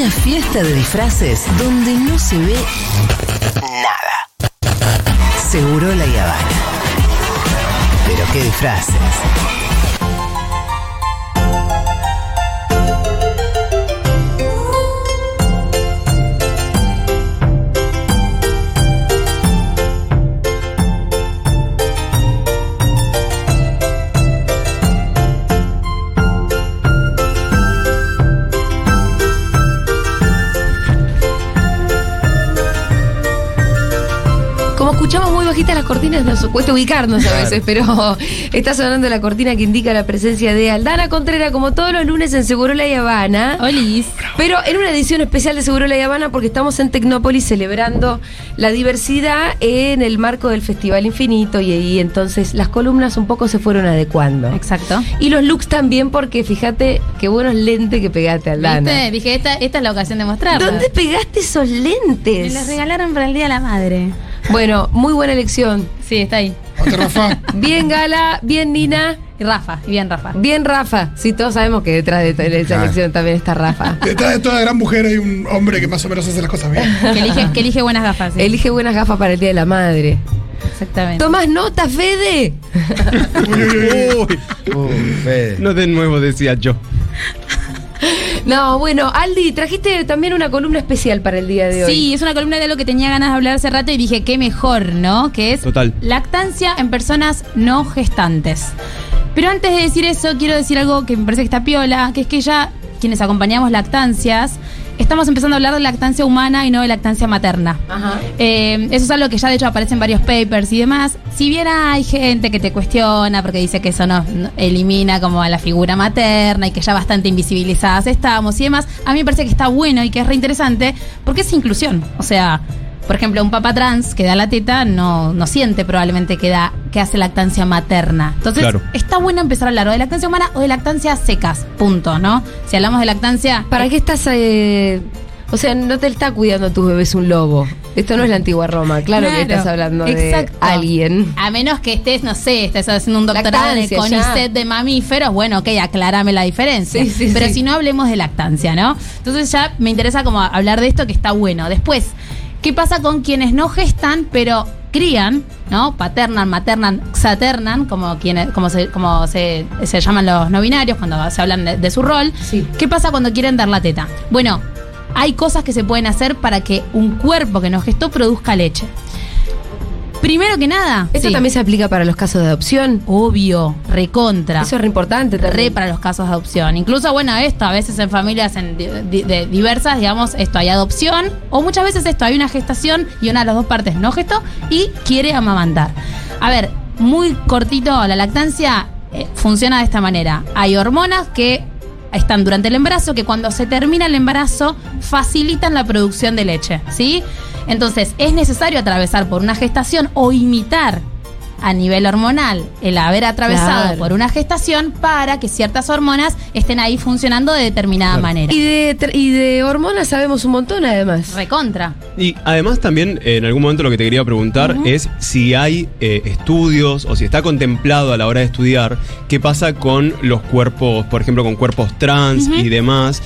Una fiesta de disfraces donde no se ve nada. Segurola y Habana. Pero qué disfraces. Escuchamos muy bajitas las cortinas, nos cuesta ubicarnos a veces, pero está sonando la cortina que indica la presencia de Aldana Contreras, como todos los lunes en Segurola y Habana. Olis. Pero en una edición especial de Segurola y Habana, porque estamos en Tecnópolis celebrando la diversidad en el marco del Festival Infinito, y ahí entonces las columnas un poco se fueron adecuando. Exacto. Y los looks también, porque fíjate qué buenos lentes que pegaste, Aldana. ¿Viste? Dije, esta es la ocasión de mostrarlos. ¿Dónde pegaste esos lentes? Me los regalaron para el Día de la Madre. Bueno, muy buena elección. Sí, está ahí. Otro Rafa. Bien Gala, bien Nina. Y Rafa, y bien Rafa. Bien Rafa. Sí, todos sabemos que detrás de esa elección también está Rafa. Detrás de toda gran mujer hay un hombre que más o menos hace las cosas bien. Que elige buenas gafas. ¿Sí? Elige buenas gafas para el Día de la Madre. Exactamente. ¿Tomás nota, Fede? Fede. No de nuevo, decía yo. No, bueno, Aldi, trajiste también una columna especial para el día de hoy. Sí, es una columna de algo que tenía ganas de hablar hace rato y dije, qué mejor, ¿no? Que es Total. Lactancia en personas no gestantes. Pero antes de decir eso, quiero decir algo que me parece que está piola, que es que ya quienes acompañamos lactancias, estamos empezando a hablar de lactancia humana y no de lactancia materna. Ajá. Eso es algo que ya de hecho aparece en varios papers y demás. Si bien hay gente que te cuestiona porque dice que eso no elimina como a la figura materna y que ya bastante invisibilizadas estamos y demás, a mí me parece que está bueno y que es reinteresante porque es inclusión. O sea, por ejemplo, un papá trans que da la teta no siente probablemente que hace lactancia materna. Entonces, claro, está bueno empezar a hablar o de lactancia humana o de lactancia secas, punto, ¿no? Si hablamos de lactancia... ¿Para qué estás...? O sea, no te está cuidando a tus bebés un lobo. Esto no es la antigua Roma, claro que estás hablando de alguien. A menos que estés, no sé, estés haciendo un doctorado de CONICET de mamíferos, bueno, ok, aclárame la diferencia. Sí, pero sí. Si no, hablemos de lactancia, ¿no? Entonces ya me interesa como hablar de esto que está bueno. Después, ¿qué pasa con quienes no gestan, pero crían, ¿no? Paternan, maternan, xaternan, como se llaman los no binarios cuando se hablan de su rol. Sí. ¿Qué pasa cuando quieren dar la teta? Bueno, hay cosas que se pueden hacer para que un cuerpo que no gestó produzca leche. Primero que nada... ¿Esto también se aplica para los casos de adopción? Obvio, recontra. Eso es re importante también. Re para los casos de adopción. Incluso, bueno, esto a veces en familias de diversas, digamos, esto hay adopción, o muchas veces esto hay una gestación y una de las dos partes no gestó y quiere amamantar. A ver, muy cortito, la lactancia funciona de esta manera. Hay hormonas que están durante el embarazo, que cuando se termina el embarazo facilitan la producción de leche, ¿sí? Entonces, es necesario atravesar por una gestación o imitar a nivel hormonal el haber atravesado por una gestación para que ciertas hormonas estén ahí funcionando de determinada manera. Y de hormonas sabemos un montón, además. Recontra. Y además también, en algún momento lo que te quería preguntar es si hay estudios o si está contemplado a la hora de estudiar qué pasa con los cuerpos, por ejemplo, con cuerpos trans y demás,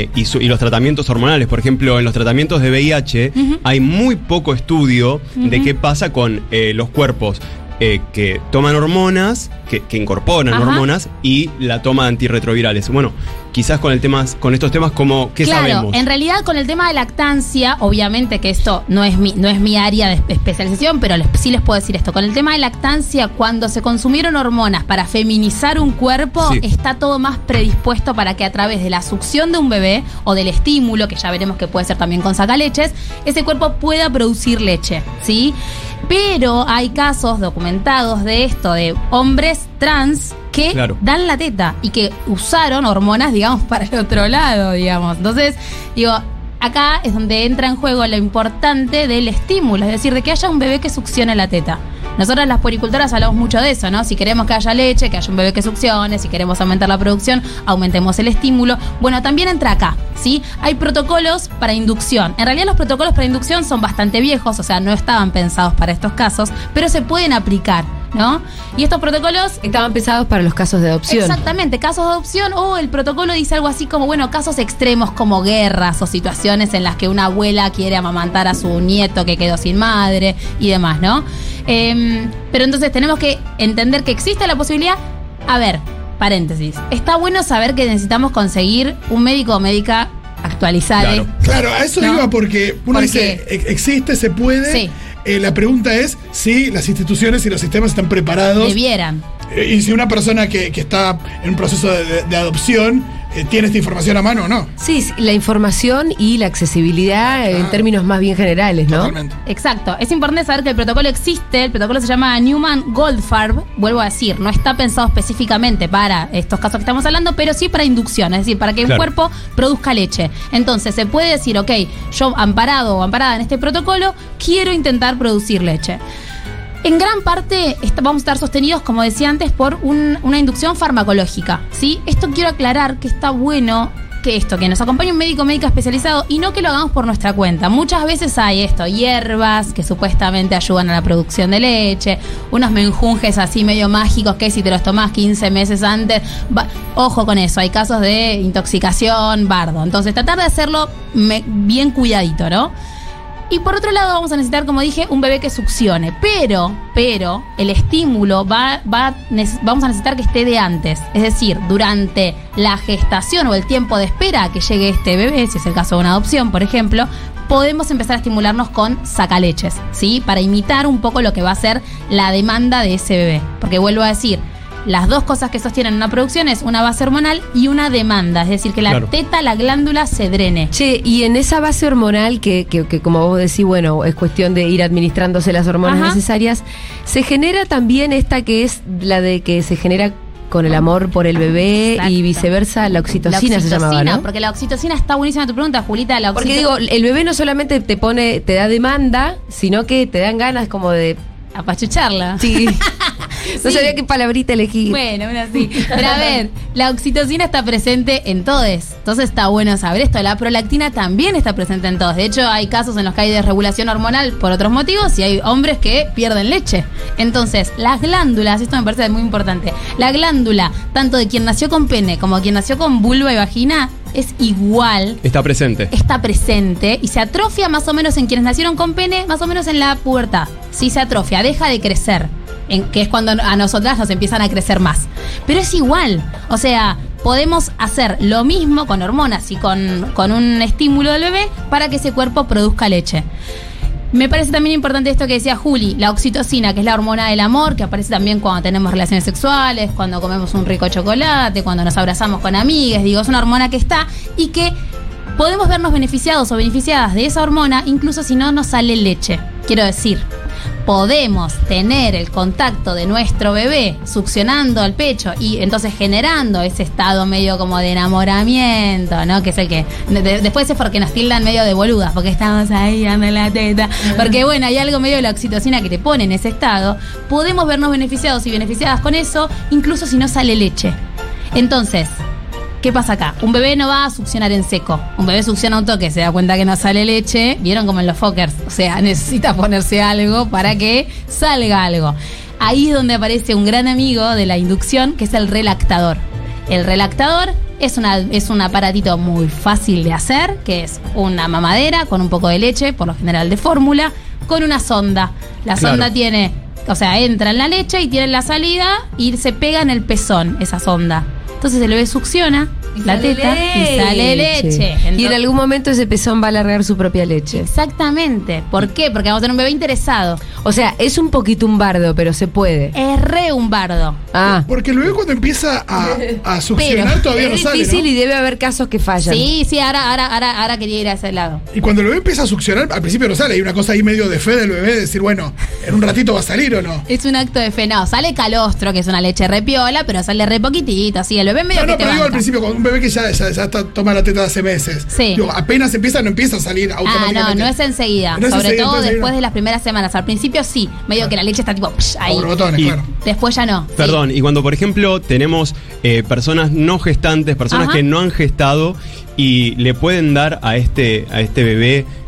y los tratamientos hormonales. Por ejemplo, en los tratamientos de VIH hay muy poco estudio de qué pasa con los cuerpos que toman hormonas, que incorporan hormonas y la toma de antirretrovirales. Bueno, quizás con estos temas como ¿qué sabemos? En realidad con el tema de lactancia, obviamente que esto no es mi área de especialización, pero sí les puedo decir esto. Con el tema de lactancia, cuando se consumieron hormonas para feminizar un cuerpo, está todo más predispuesto para que a través de la succión de un bebé o del estímulo, que ya veremos que puede ser también con sacaleches, ese cuerpo pueda producir leche, ¿sí? Pero hay casos documentados de esto, de hombres trans que dan la teta y que usaron hormonas, digamos, para el otro lado, digamos. Entonces, digo, acá es donde entra en juego lo importante del estímulo, es decir, de que haya un bebé que succione la teta. Nosotras las puericultoras hablamos mucho de eso, ¿no? Si queremos que haya leche, que haya un bebé que succione, si queremos aumentar la producción, aumentemos el estímulo. Bueno, también entra acá, ¿sí? Hay protocolos para inducción. En realidad los protocolos para inducción son bastante viejos, o sea, no estaban pensados para estos casos, pero se pueden aplicar. ¿no? Y estos protocolos estaban pensados para los casos de adopción. Exactamente, casos de adopción, o el protocolo dice algo así como, bueno, casos extremos como guerras o situaciones en las que una abuela quiere amamantar a su nieto que quedó sin madre y demás, ¿no? Pero entonces tenemos que entender que existe la posibilidad. A ver, paréntesis, está bueno saber que necesitamos conseguir un médico o médica actualizada. Claro, a eso iba porque uno dice, existe, se puede. Sí. La pregunta es si las instituciones y los sistemas están preparados. Debieran. Y si una persona que está en un proceso de adopción tiene esta información a mano o no. Sí, la información y la accesibilidad en términos más bien generales, ¿no? Totalmente. Exacto. Es importante saber que el protocolo existe. El protocolo se llama Newman-Goldfarb. Vuelvo a decir, no está pensado específicamente para estos casos que estamos hablando, pero sí para inducción, es decir, para que el cuerpo produzca leche. Entonces se puede decir, ok, yo amparado o amparada en este protocolo, quiero intentar producir leche. En gran parte vamos a estar sostenidos, como decía antes, por una inducción farmacológica, ¿sí? Esto quiero aclarar que está bueno que nos acompañe un médico o médica especializado y no que lo hagamos por nuestra cuenta. Muchas veces hay hierbas que supuestamente ayudan a la producción de leche, unos menjunjes así medio mágicos que si te los tomás 15 meses antes, ojo con eso, hay casos de intoxicación, bardo. Entonces tratar de hacerlo bien cuidadito, ¿no? Y por otro lado vamos a necesitar, como dije, un bebé que succione. Pero el estímulo vamos a necesitar que esté de antes. Es decir, durante la gestación o el tiempo de espera a que llegue este bebé, si es el caso de una adopción, por ejemplo, podemos empezar a estimularnos con sacaleches, ¿sí? Para imitar un poco lo que va a ser la demanda de ese bebé. Porque vuelvo a decir, las dos cosas que sostienen una producción es una base hormonal y una demanda, es decir, que la teta, la glándula se drene. Che, y en esa base hormonal que como vos decís, bueno, es cuestión de ir administrándose las hormonas necesarias, se genera también esta que es la de que se genera con el amor por el bebé y viceversa, la oxitocina se llamaba, ¿no? Porque la oxitocina está buenísima tu pregunta, Julita. Porque digo, el bebé no solamente te da demanda, sino que te dan ganas como de apachucharla. Sí. No sabía qué palabrita elegir. Bueno, sí. Pero a ver, la oxitocina está presente en todos. Entonces está bueno saber esto. La prolactina también está presente en todos. De hecho, hay casos en los que hay desregulación hormonal por otros motivos y hay hombres que pierden leche. Entonces, las glándulas, esto me parece muy importante, la glándula, tanto de quien nació con pene como quien nació con vulva y vagina, es igual. Está presente. Está presente y se atrofia más o menos en quienes nacieron con pene, más o menos en la pubertad. Sí, se atrofia, deja de crecer. Que es cuando a nosotras nos empiezan a crecer más. Pero es igual. O sea, podemos hacer lo mismo con hormonas y con un estímulo del bebé para que ese cuerpo produzca leche. Me parece también importante esto que decía Juli, la oxitocina, que es la hormona del amor, que aparece también cuando tenemos relaciones sexuales, cuando comemos un rico chocolate, cuando nos abrazamos con amigas. Digo, es una hormona que está y que podemos vernos beneficiados o beneficiadas de esa hormona incluso si no nos sale leche. Quiero decir, podemos tener el contacto de nuestro bebé succionando el pecho y entonces generando ese estado medio como de enamoramiento, ¿no? Que es el que después es porque nos tildan medio de boludas, porque estamos ahí dando la teta, porque bueno, hay algo medio de la oxitocina que te pone en ese estado. Podemos vernos beneficiados y beneficiadas con eso, incluso si no sale leche. Entonces, ¿qué pasa acá? Un bebé no va a succionar en seco. Un bebé succiona un toque, se da cuenta que no sale leche. ¿Vieron como en los Fockers? O sea, necesita ponerse algo para que salga algo. Ahí es donde aparece un gran amigo de la inducción, que es el relactador. El relactador es un aparatito muy fácil de hacer, que es una mamadera con un poco de leche, por lo general de fórmula, con una sonda. La sonda tiene, o sea, entra en la leche y tiene la salida y se pega en el pezón esa sonda. Entonces el bebé succiona la teta y sale leche. Entonces, y en algún momento ese pezón va a alargar su propia leche. Exactamente. ¿Por qué? Porque vamos a tener un bebé interesado. O sea, es un poquito un bardo, pero se puede. Es re un bardo. Porque el bebé cuando empieza a succionar todavía no sale, es difícil, ¿no? y debe haber casos que fallan. Sí, ahora quería ir a ese lado. Y cuando el bebé empieza a succionar, al principio no sale. Hay una cosa ahí medio de fe del bebé, de decir, bueno, en un ratito va a salir o no. Es un acto de fe. No, sale calostro, que es una leche re piola, pero sale re poquitito. Así, el bebé medio que te pero digo al banca. principio, con un bebé que ya toma la teta de hace meses. Sí. Digo, apenas empieza, no empieza a salir automáticamente. No es enseguida. No es Sobre enseguida, todo después no. de las primeras semanas. Al principio sí, medio que la leche está tipo ahí. Por botones, claro. Después ya no. Perdón, y cuando por ejemplo tenemos personas no gestantes, personas que no han gestado y le pueden dar a este bebé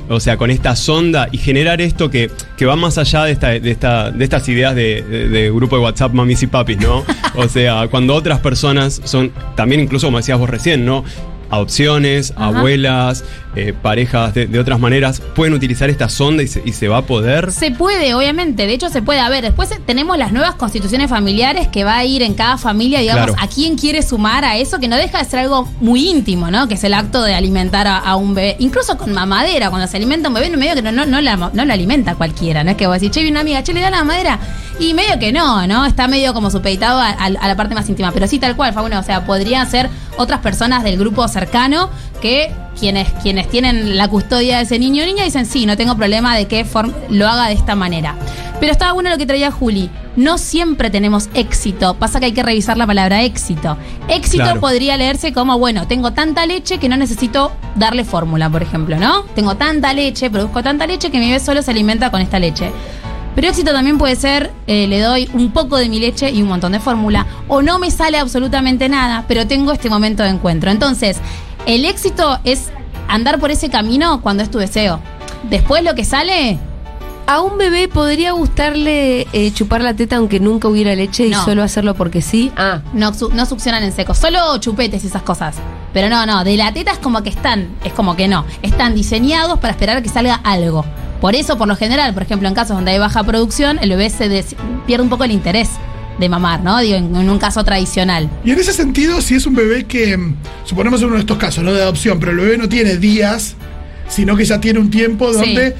o sea, con esta sonda y generar esto que va más allá de estas ideas de grupo de WhatsApp mamis y papis, ¿no? O sea, cuando otras personas son, también incluso como decías vos recién, ¿no? Adopciones, abuelas, parejas de otras maneras, pueden utilizar esta sonda y se va a poder. Se puede, obviamente, de hecho se puede. A ver, después tenemos las nuevas constituciones familiares que va a ir en cada familia, digamos, a quién quiere sumar a eso, que no deja de ser algo muy íntimo, ¿no? Que es el acto de alimentar a un bebé. Incluso con mamadera, cuando se alimenta un bebé, no medio que no lo alimenta cualquiera, ¿no? Es que vos decís, che, viene una amiga, che, le da la mamadera. Y medio que no, está medio como supeditado a la parte más íntima. Pero sí, tal cual, Fabuno, o sea, podrían ser otras personas del grupo cercano que quienes tienen la custodia de ese niño o niña dicen, sí, no tengo problema de que lo haga de esta manera. Pero estaba bueno lo que traía Juli. No siempre tenemos éxito. Pasa que hay que revisar la palabra éxito. Éxito podría leerse como, bueno, tengo tanta leche que no necesito darle fórmula, por ejemplo, ¿no? Tengo tanta leche, produzco tanta leche que mi bebé solo se alimenta con esta leche. Pero éxito también puede ser, le doy un poco de mi leche y un montón de fórmula, o no me sale absolutamente nada, pero tengo este momento de encuentro. Entonces, el éxito es andar por ese camino cuando es tu deseo. Después lo que sale... ¿A un bebé podría gustarle chupar la teta aunque nunca hubiera leche y solo hacerlo porque sí? No succionan en seco, solo chupetes y esas cosas. Pero no, de la teta es como que no. Están diseñados para esperar a que salga algo. Por eso, por lo general, por ejemplo, en casos donde hay baja producción, el bebé pierde un poco el interés de mamar, ¿no? Digo, en un caso tradicional. Y en ese sentido, si es un bebé que, suponemos en uno de estos casos, no de adopción, pero el bebé no tiene días, sino que ya tiene un tiempo donde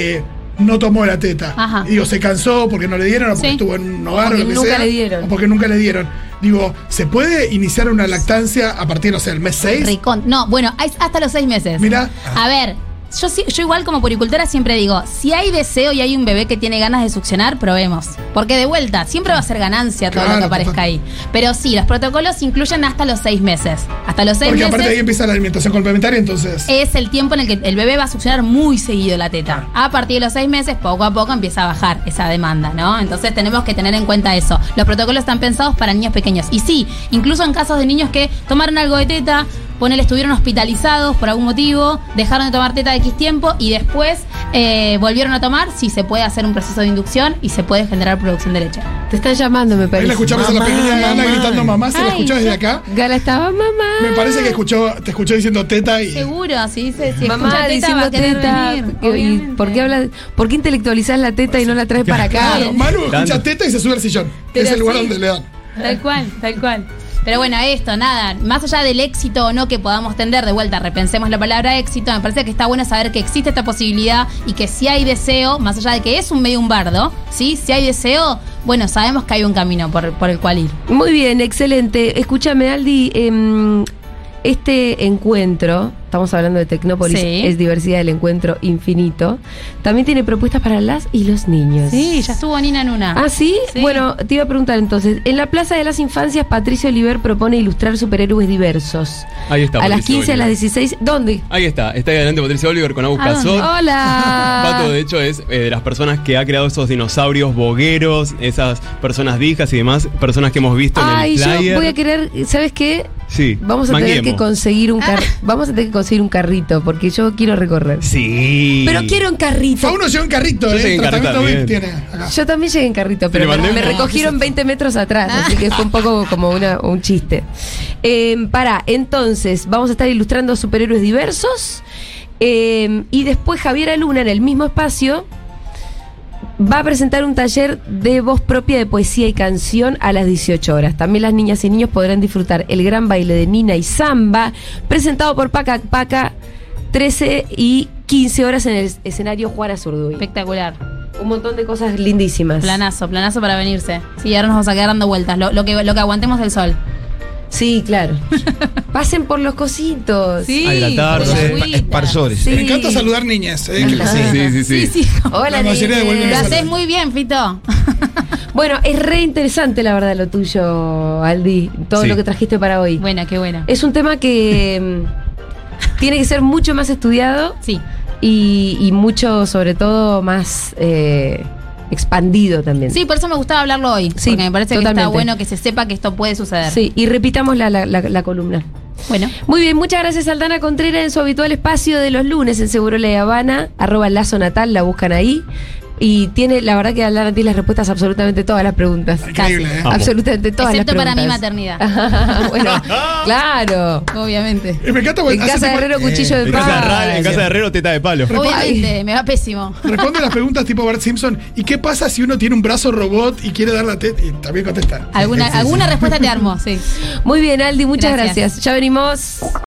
no tomó la teta. Ajá. Digo, se cansó porque no le dieron, o porque estuvo en un hogar o lo que sea. O porque nunca le dieron. Digo, ¿se puede iniciar una lactancia a partir, no sé, del mes 6? No, bueno, hasta los 6 meses. Mira. A ver, yo igual como puricultora siempre digo, si hay deseo y hay un bebé que tiene ganas de succionar, probemos. Porque de vuelta, siempre va a ser ganancia todo lo que aparezca ahí. Pero sí, los protocolos incluyen hasta los 6 meses. Hasta los 6 meses. Porque aparte ahí empieza la alimentación complementaria, entonces... Es el tiempo en el que el bebé va a succionar muy seguido la teta. A partir de los 6 meses, poco a poco empieza a bajar esa demanda, ¿no? Entonces tenemos que tener en cuenta eso. Los protocolos están pensados para niños pequeños. Y sí, incluso en casos de niños que tomaron algo de teta, estuvieron hospitalizados por algún motivo, dejaron de tomar teta de X tiempo y después volvieron a tomar, sí se puede hacer un proceso de inducción y se puede generar producción de leche. Te están llamando, me parece. Ahí la escuchamos a la pequeña Gala gritando mamá, ¿se la escuchó desde acá? Gala estaba mamá. Me parece que te escuchó diciendo teta y... Seguro, sí, mamá escucha teta va a querer venir. ¿Por qué intelectualizás la teta y no la traes para acá? Claro, Manu escucha teta y se sube al sillón. Es el lugar donde le dan. Tal cual. Pero bueno, nada, más allá del éxito o no que podamos tender, de vuelta, repensemos la palabra éxito, me parece que está bueno saber que existe esta posibilidad y que si hay deseo, más allá de que es un medio un bardo, ¿sí? Si hay deseo, bueno, sabemos que hay un camino por el cual ir. Muy bien, excelente. Escúchame, Aldi, este encuentro, estamos hablando de Tecnópolis, es diversidad del encuentro infinito, también tiene propuestas para las y los niños. Sí, ya estuvo Nina en una. ¿Ah, sí? Bueno, te iba a preguntar entonces, en la Plaza de las Infancias, Patricio Oliver propone ilustrar superhéroes diversos. Ahí está, a las Patricio 15, Oliver. A las 16, ¿dónde? Ahí está ahí adelante Patricio Oliver con Agus Casot. ¡Hola! Pato, de hecho, es de las personas que ha creado esos dinosaurios bogueros, esas personas dijas y demás, personas que hemos visto en el flyer. Yo voy a querer, ¿sabes qué? Sí, vamos a tener que conseguir un carrito porque yo quiero recorrer. Sí. Pero quiero en carrito. Fauno llegó en carrito, Yo llegué en carrito también. Tiene acá. Yo también llegué en carrito, pero me recogieron 20 metros atrás, así que fue un poco como un chiste. Entonces, vamos a estar ilustrando superhéroes diversos y después Javiera Luna en el mismo espacio va a presentar un taller de voz propia de poesía y canción a las 18 horas. También las niñas y niños podrán disfrutar el gran baile de Nina y Samba, presentado por Paca Paca, 13 y 15 horas en el escenario Juan Azurduy. Espectacular. Un montón de cosas lindísimas. Planazo para venirse. Sí, ahora nos vamos a quedar dando vueltas, lo que aguantemos del sol. Sí, claro. Pasen por los cositos. Sí, a hidratarse. Esparsores. Sí. Me encanta saludar niñas. Sí. Hola, La mayoría devuelven lo el haces saludo. muy bien, Fito. Bueno, es re interesante la verdad lo tuyo, Aldi, todo lo que trajiste para hoy. Bueno, qué bueno. Es un tema que tiene que ser mucho más estudiado. Sí. Y mucho, sobre todo, más expandido también. Sí, por eso me gustaba hablarlo hoy. Sí, porque me parece totalmente. que está bueno que se sepa que esto puede suceder. Sí, y repitamos la columna. Bueno. Muy bien, muchas gracias Aldana Contreras en su habitual espacio de los lunes en Seguro La Habana, @Lazo Natal, la buscan ahí. Y tiene, la verdad que Aldana tiene las respuestas a absolutamente todas las preguntas. Increíble, Casi. Absolutamente todas Excepto las preguntas. para mi maternidad. Bueno, claro. Obviamente. Me encanta En casa de Herrero, cuchillo de En palo. casa de Herrero, teta de palo. Obviamente, me va pésimo. Responde las preguntas tipo Bart Simpson. ¿Y qué pasa si uno tiene un brazo robot y quiere dar la teta? Y también contesta. Alguna respuesta te armó, sí. Muy bien, Aldi, muchas Gracias. gracias. Ya venimos.